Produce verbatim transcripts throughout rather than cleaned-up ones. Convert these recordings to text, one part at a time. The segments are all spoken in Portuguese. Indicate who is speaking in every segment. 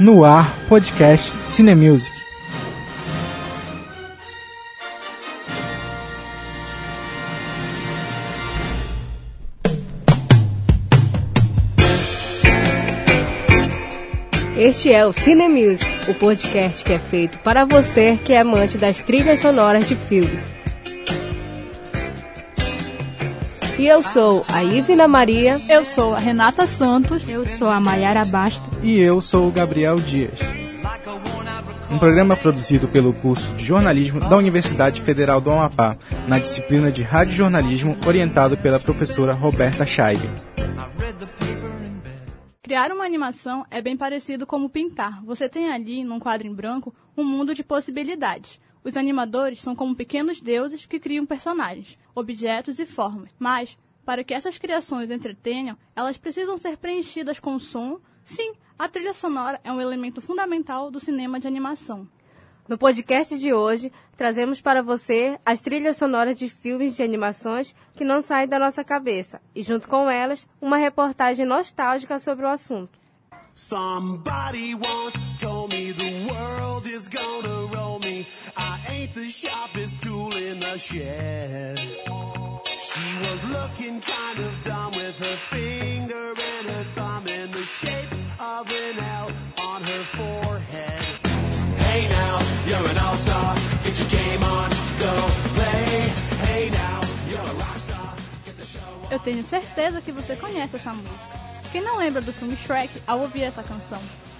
Speaker 1: No ar, podcast Cinemusic.
Speaker 2: Este é o Cinemusic, o podcast que é feito para você que é amante das trilhas sonoras de filme. E eu sou a Ivina Maria.
Speaker 3: Eu sou a Renata Santos.
Speaker 4: Eu sou a Maiara Basto.
Speaker 1: E eu sou o Gabriel Dias. Um programa produzido pelo curso de jornalismo da Universidade Federal do Amapá, na disciplina de radiojornalismo, orientado pela professora Roberta Scheide.
Speaker 3: Criar uma animação é bem parecido como pintar. Você tem ali, num quadro em branco, um mundo de possibilidades. Os animadores são como pequenos deuses que criam personagens, objetos e formas. Mas, para que essas criações entretenham, elas precisam ser preenchidas com som. Sim, a trilha sonora é um elemento fundamental do cinema de animação.
Speaker 2: No podcast de hoje, trazemos para você as trilhas sonoras de filmes de animações que não saem da nossa cabeça e, junto com elas, uma reportagem nostálgica sobre o assunto. Somebody once told me the world is gonna roll me. I ain't the sharpest tool in the shed. She was looking kind of dumb with her finger and her thumb in the shape of an L on her forehead. Hey now, you're an all-star, get your game on, go play. Hey now, you're a rockstar, get the show on.
Speaker 3: Eu tenho certeza que você conhece essa música. Quem não lembra do filme Shrek ao ouvir essa canção?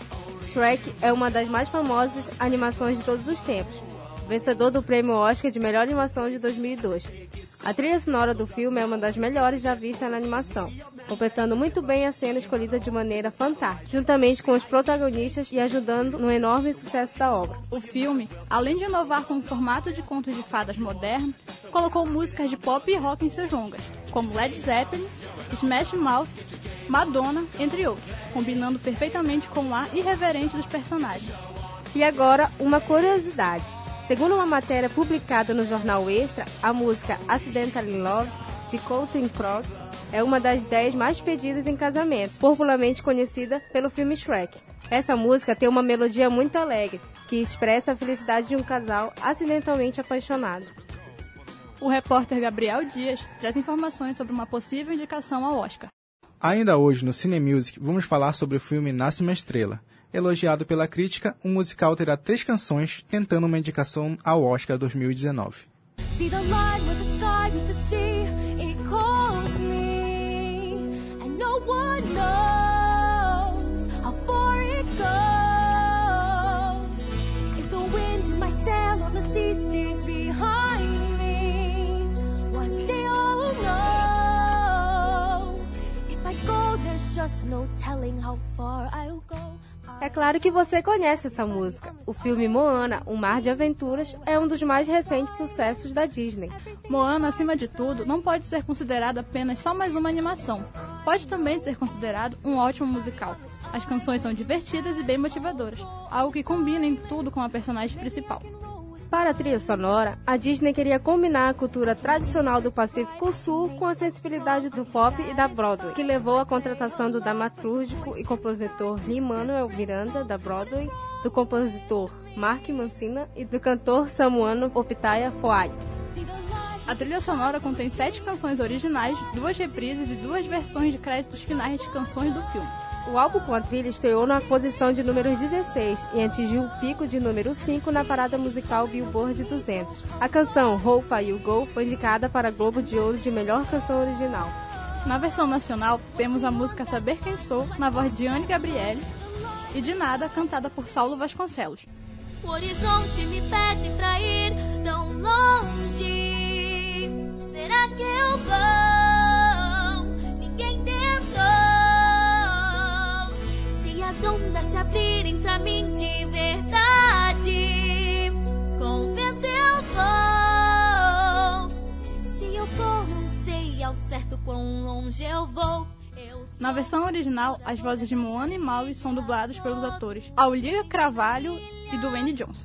Speaker 2: Shrek é uma das mais famosas animações de todos os tempos, vencedor do prêmio Oscar de melhor animação de dois mil e dois. A trilha sonora do filme é uma das melhores já vistas na animação, completando muito bem a cena escolhida de maneira fantástica, juntamente com os protagonistas e ajudando no enorme sucesso da obra.
Speaker 3: O filme, além de inovar com o formato de contos de fadas moderno, colocou músicas de pop e rock em seus longas, como Led Zeppelin, Smash Mouth, Madonna, entre outros, combinando perfeitamente com o ar irreverente dos personagens.
Speaker 2: E agora, uma curiosidade. Segundo uma matéria publicada no jornal Extra, a música Accidental in Love, de Counting Crows, é uma das dez mais pedidas em casamentos, popularmente conhecida pelo filme Shrek. Essa música tem uma melodia muito alegre, que expressa a felicidade de um casal acidentalmente apaixonado.
Speaker 3: O repórter Gabriel Dias traz informações sobre uma possível indicação ao Oscar.
Speaker 1: Ainda hoje, no Cinemusic, vamos falar sobre o filme Nasce uma Estrela. Elogiado pela crítica, o musical terá três canções, tentando uma indicação ao Oscar dois mil e dezenove.
Speaker 2: É claro que você conhece essa música. O filme Moana, Um Mar de Aventuras, é um dos mais recentes sucessos da Disney.
Speaker 3: Moana, acima de tudo, não pode ser considerado apenas só mais uma animação. Pode também ser considerado um ótimo musical. As canções são divertidas e bem motivadoras, algo que combina em tudo com a personagem principal.
Speaker 2: Para a trilha sonora, a Disney queria combinar a cultura tradicional do Pacífico Sul com a sensibilidade do pop e da Broadway, que levou à contratação do dramatúrgico e compositor Lin-Manuel Miranda, da Broadway, do compositor Mark Mancina e do cantor samoano Optaya Foai.
Speaker 3: A trilha sonora contém sete canções originais, duas reprises e duas versões de créditos finais de canções do filme.
Speaker 2: O álbum com a trilha estreou na posição de número dezesseis e atingiu o pico de número cinco na parada musical Billboard duzentos. A canção How Far You Go foi indicada para a Globo de Ouro de melhor canção original.
Speaker 3: Na versão nacional, temos a música Saber Quem Sou, na voz de Anne Gabriele, e De Nada, cantada por Saulo Vasconcelos.
Speaker 5: O horizonte me pede pra ir tão longe. Será que eu vou? Ninguém tentou. As ondas se abrirem pra mim de verdade, com o vento eu vou. Se eu for, não sei ao certo quão longe eu vou. Eu
Speaker 3: Na versão original, as vozes de Moana e Maui são dubladas pelos atores Aulia Carvalho e Dwayne Johnson.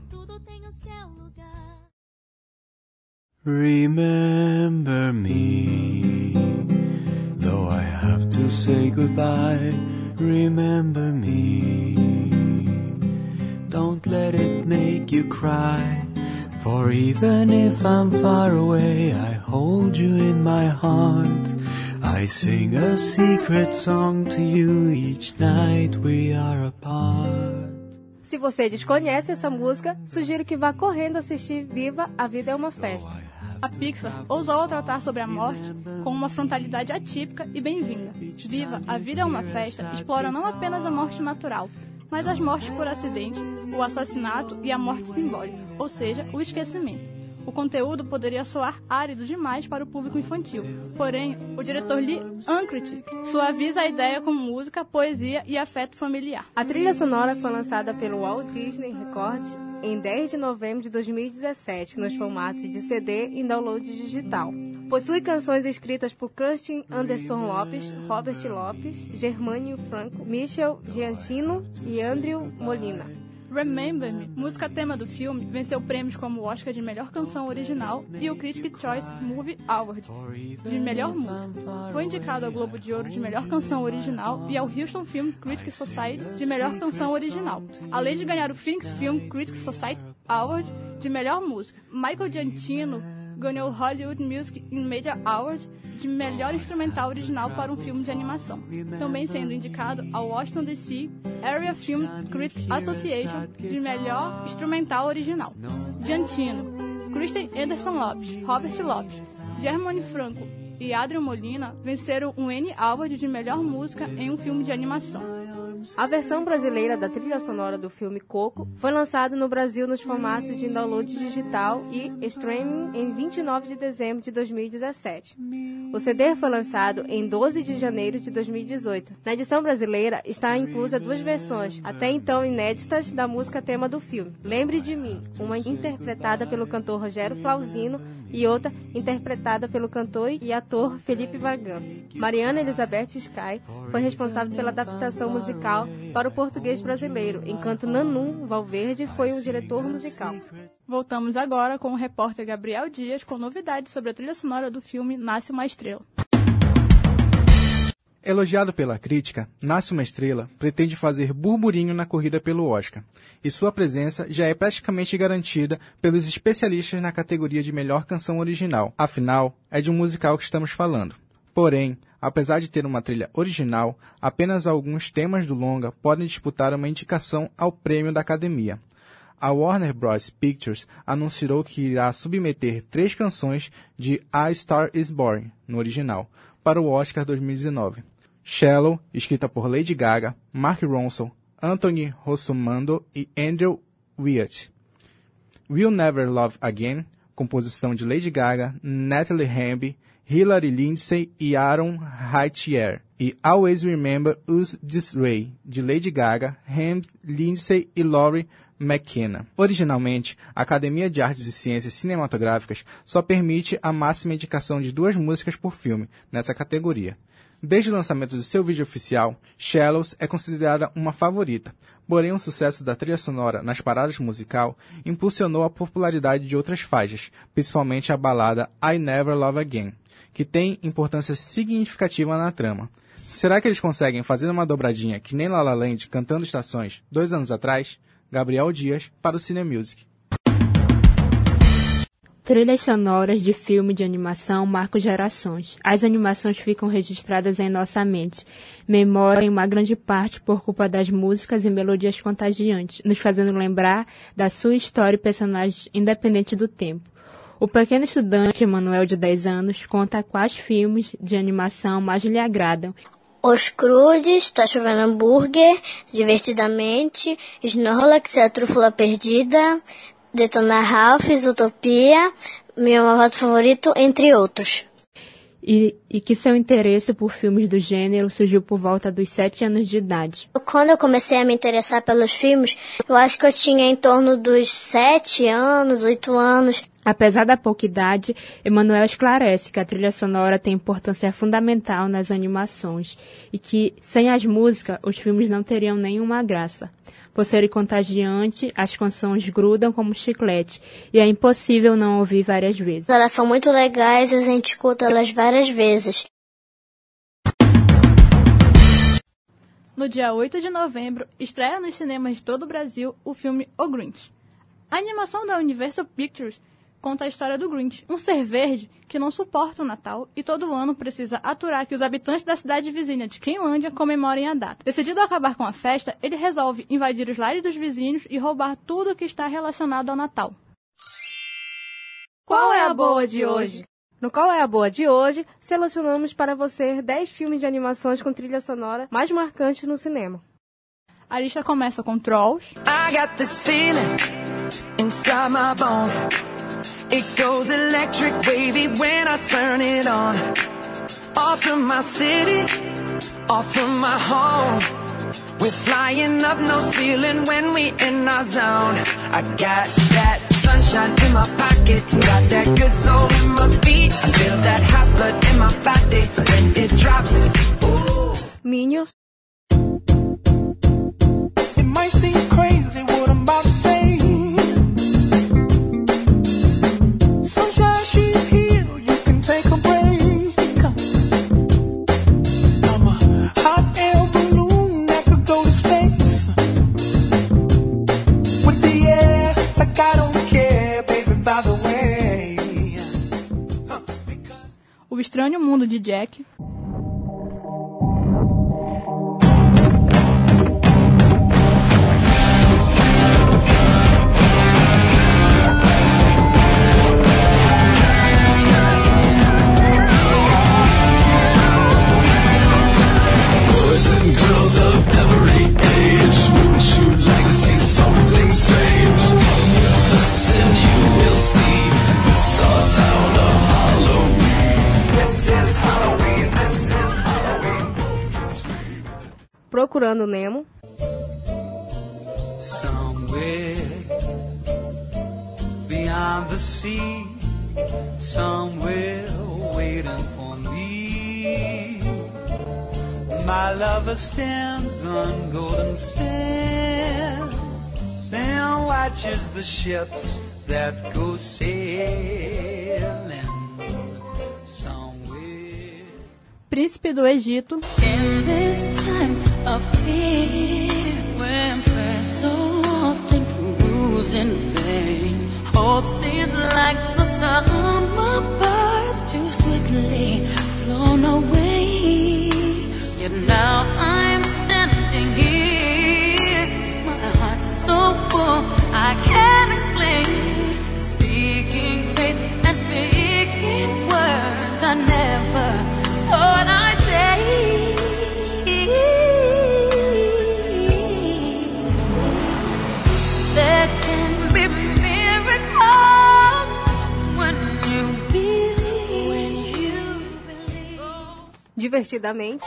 Speaker 6: Remember me, though I have to say goodbye. Remember me. don't let it make you cry. For even if I'm far away, I hold you in my heart. I sing a secret song to you each night we are apart.
Speaker 2: Se você desconhece essa música, sugiro que vá correndo assistir Viva, a Vida é uma Festa.
Speaker 3: A Pixar ousou tratar sobre a morte com uma frontalidade atípica e bem-vinda. Viva, a Vida é uma Festa explora não apenas a morte natural, mas as mortes por acidente, o assassinato e a morte simbólica, ou seja, o esquecimento. O conteúdo poderia soar árido demais para o público infantil. Porém, o diretor Lee Unkrich suaviza a ideia com música, poesia e afeto familiar.
Speaker 2: A trilha sonora foi lançada pelo Walt Disney Records em dez de novembro de dois mil e dezessete, nos formatos de C D e download digital. Possui canções escritas por Christian Anderson Lopes, Robert Lopes, Germânio Franco, Michel Giacchino e Andrew Molina.
Speaker 3: Remember Me, música tema do filme, venceu prêmios como o Oscar de Melhor Canção Original e o Critics' Choice Movie Award de Melhor Música. Foi indicado ao Globo de Ouro de Melhor Canção Original e ao Houston Film Critics Society de Melhor Canção Original, além de ganhar o Phoenix Film Critics Society Award de Melhor Música. Michael Giacchino ganhou o Hollywood Music in Media Award de Melhor Instrumental Original para um filme de animação, também sendo indicado ao Washington D C Area Film Critics Association de Melhor Instrumental Original. Giacchino, Christian Anderson Lopes, Robert Lopes, Germânio Franco e Andrew Molina venceram um Annie Award de Melhor Música em um filme de animação.
Speaker 2: A versão brasileira da trilha sonora do filme Coco foi lançada no Brasil nos formatos de download digital e streaming em vinte e nove de dezembro de dois mil e dezessete. O C D foi lançado em doze de janeiro de dois mil e dezoito. Na edição brasileira está inclusa duas versões, até então inéditas, da música tema do filme, Lembre de Mim, uma interpretada pelo cantor Rogério Flauzino e outra interpretada pelo cantor e ator Felipe Bragança. Mariana Elizabeth Sky foi responsável pela adaptação musical para o português brasileiro, enquanto Nanum Valverde foi o diretor musical.
Speaker 3: Voltamos agora com o repórter Gabriel Dias com novidades sobre a trilha sonora do filme Nasce uma Estrela.
Speaker 1: Elogiado pela crítica, Nasce uma Estrela pretende fazer burburinho na corrida pelo Oscar, e sua presença já é praticamente garantida pelos especialistas na categoria de melhor canção original. Afinal, é de um musical que estamos falando. Porém, apesar de ter uma trilha original, apenas alguns temas do longa podem disputar uma indicação ao prêmio da Academia. A Warner Bros. Pictures anunciou que irá submeter três canções de A Star is Born, no original, para o Oscar dois mil e dezenove. Shallow, escrita por Lady Gaga, Mark Ronson, Anthony Rossomando e Andrew Wyatt. We'll Never Love Again, composição de Lady Gaga, Natalie Hamby, Hilary Lindsey e Aaron Haitier. E Always Remember Us This Way, de Lady Gaga, Hamby, Lindsey e Laurie McKenna. Originalmente, a Academia de Artes e Ciências Cinematográficas só permite a máxima indicação de duas músicas por filme nessa categoria. Desde o lançamento do seu vídeo oficial, Shallows é considerada uma favorita, porém o sucesso da trilha sonora nas paradas musical impulsionou a popularidade de outras faixas, principalmente a balada I Never Love Again, que tem importância significativa na trama. Será que eles conseguem fazer uma dobradinha que nem La La Land cantando Estações dois anos atrás? Gabriel Dias, para o Cine Music.
Speaker 4: Trilhas sonoras de filme de animação marcam gerações. As animações ficam registradas em nossa mente, memória em uma grande parte por culpa das músicas e melodias contagiantes, nos fazendo lembrar da sua história e personagens independente do tempo. O pequeno estudante Emanuel, de dez anos, conta quais filmes de animação mais lhe agradam.
Speaker 7: Os Cruzes, Tá Chovendo Hambúrguer, Divertidamente, Snorlax e a Trúfula Perdida, Detona Ralph, Utopia, Meu Malvado Favorito, entre outros.
Speaker 4: E, e que seu interesse por filmes do gênero surgiu por volta dos sete anos de idade.
Speaker 7: Quando eu comecei a me interessar pelos filmes, eu acho que eu tinha em torno dos sete anos, oito anos.
Speaker 4: Apesar da pouca idade, Emanuel esclarece que a trilha sonora tem importância fundamental nas animações e que, sem as músicas, os filmes não teriam nenhuma graça. Por serem contagiantes, as canções grudam como chiclete e é impossível não ouvir várias vezes.
Speaker 7: Elas são muito legais e a gente escuta elas várias vezes.
Speaker 3: No dia oito de novembro, estreia nos cinemas de todo o Brasil o filme O Grinch. A animação da Universal Pictures conta a história do Grinch, um ser verde que não suporta o Natal e todo ano precisa aturar que os habitantes da cidade vizinha de Quenlândia comemorem a data. Decidido a acabar com a festa, ele resolve invadir os lares dos vizinhos e roubar tudo que está relacionado ao Natal.
Speaker 2: Qual é a boa de hoje? No Qual é a Boa de hoje, selecionamos para você dez filmes de animações com trilha sonora mais marcantes no cinema.
Speaker 3: A lista começa com Trolls.
Speaker 8: I got this feeling inside my bones. It goes electric wavy when I turn it on. Off from my city, off from my home. We're flying up no ceiling when we in our zone. I got that sunshine in my pocket, got that good soul in my feet. I feel that hot blood in my body when it drops. Ooh.
Speaker 2: Minions.
Speaker 8: It might seem crazy what I'm about to say. Sunshine, she's here, you can take a break. I'm a hot air balloon that could go to space. With the air, like I don't care, baby, by the way. Huh, because...
Speaker 3: O Estranho Mundo de Jack.
Speaker 2: Procurando Nemo.
Speaker 6: Somewhere beyond the sea, somewhere waiting for me. My lover stands on golden sands and watches the ships that go sailing somewhere.
Speaker 3: Príncipe do Egito.
Speaker 5: In this time of fear, when prayer so often proves in vain, hope seems like the summer birds too swiftly flown away. Yet now I'm standing here, my heart's so full I can't explain, seeking faith and speaking words I never thought I'd say. There can be miracles when you believe. When you believe.
Speaker 2: Divertidamente.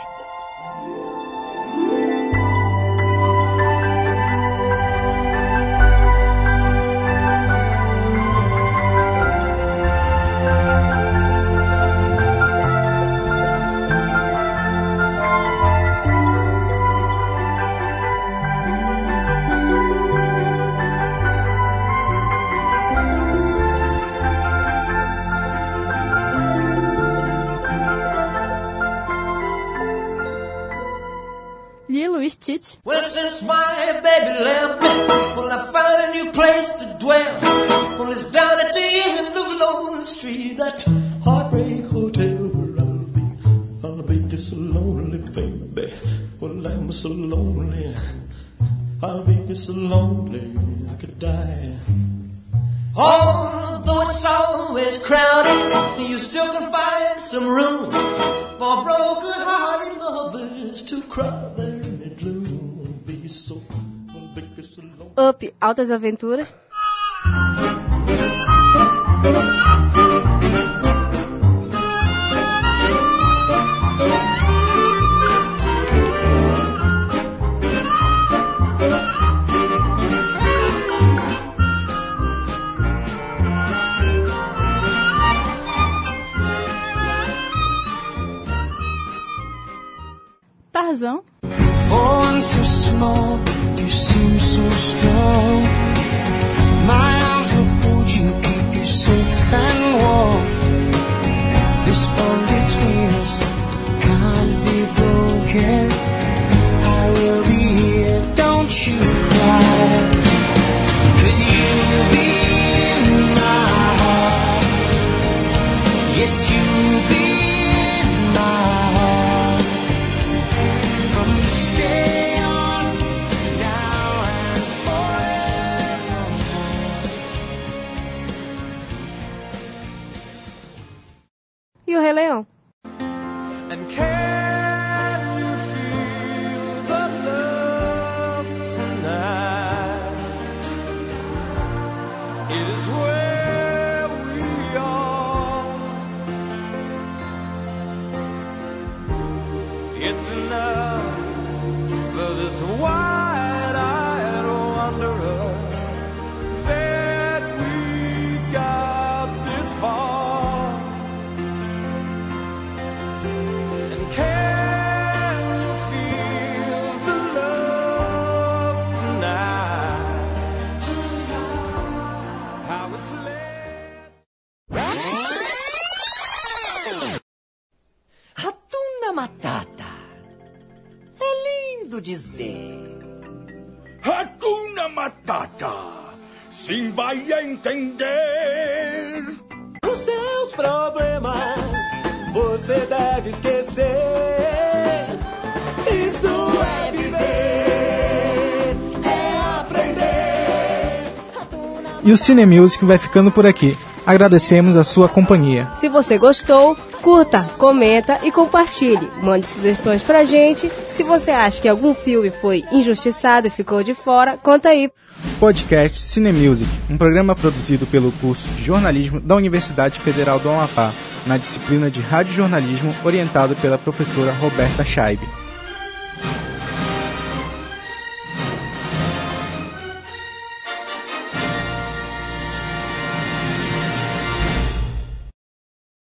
Speaker 3: Lilo e Stitch.
Speaker 8: Well, since my baby left me, well, I found a new place to dwell. Well, it's down at the end of Lonely Street, that heartbreak hotel where I'll be. I'll be just so lonely, baby. Well, I'm so lonely. I'll be just so lonely, I could die. Although it's always crowded, you still can find some room for broken-hearted lovers to cry there in the gloom. Be so, be so lonely.
Speaker 2: Up, Altas Aventuras.
Speaker 3: Tarzan.
Speaker 8: For one so small, you seem so strong. My arms will hold you, keep you safe and warm. This bond between us can't be broken. I will
Speaker 2: e O Rei Leão.
Speaker 8: And can you feel the love tonight? It is where we are. It's enough for this wide-eyed wanderer that we got this far. And can you feel the love tonight? How it's led.
Speaker 9: Hakuna Matata. É lindo dizer.
Speaker 10: Hakuna Matata. Sim, vai entender.
Speaker 9: Os seus problemas você deve esquecer. Isso é viver, é aprender.
Speaker 1: E o Cine Music vai ficando por aqui. Agradecemos a sua companhia.
Speaker 2: Se você gostou, curta, comenta e compartilhe. Mande sugestões pra gente. Se você acha que algum filme foi injustiçado e ficou de fora, conta aí.
Speaker 1: Podcast Cine Music, um programa produzido pelo curso de jornalismo da Universidade Federal do Amapá, na disciplina de radiojornalismo, orientado pela professora Roberta Scheibe.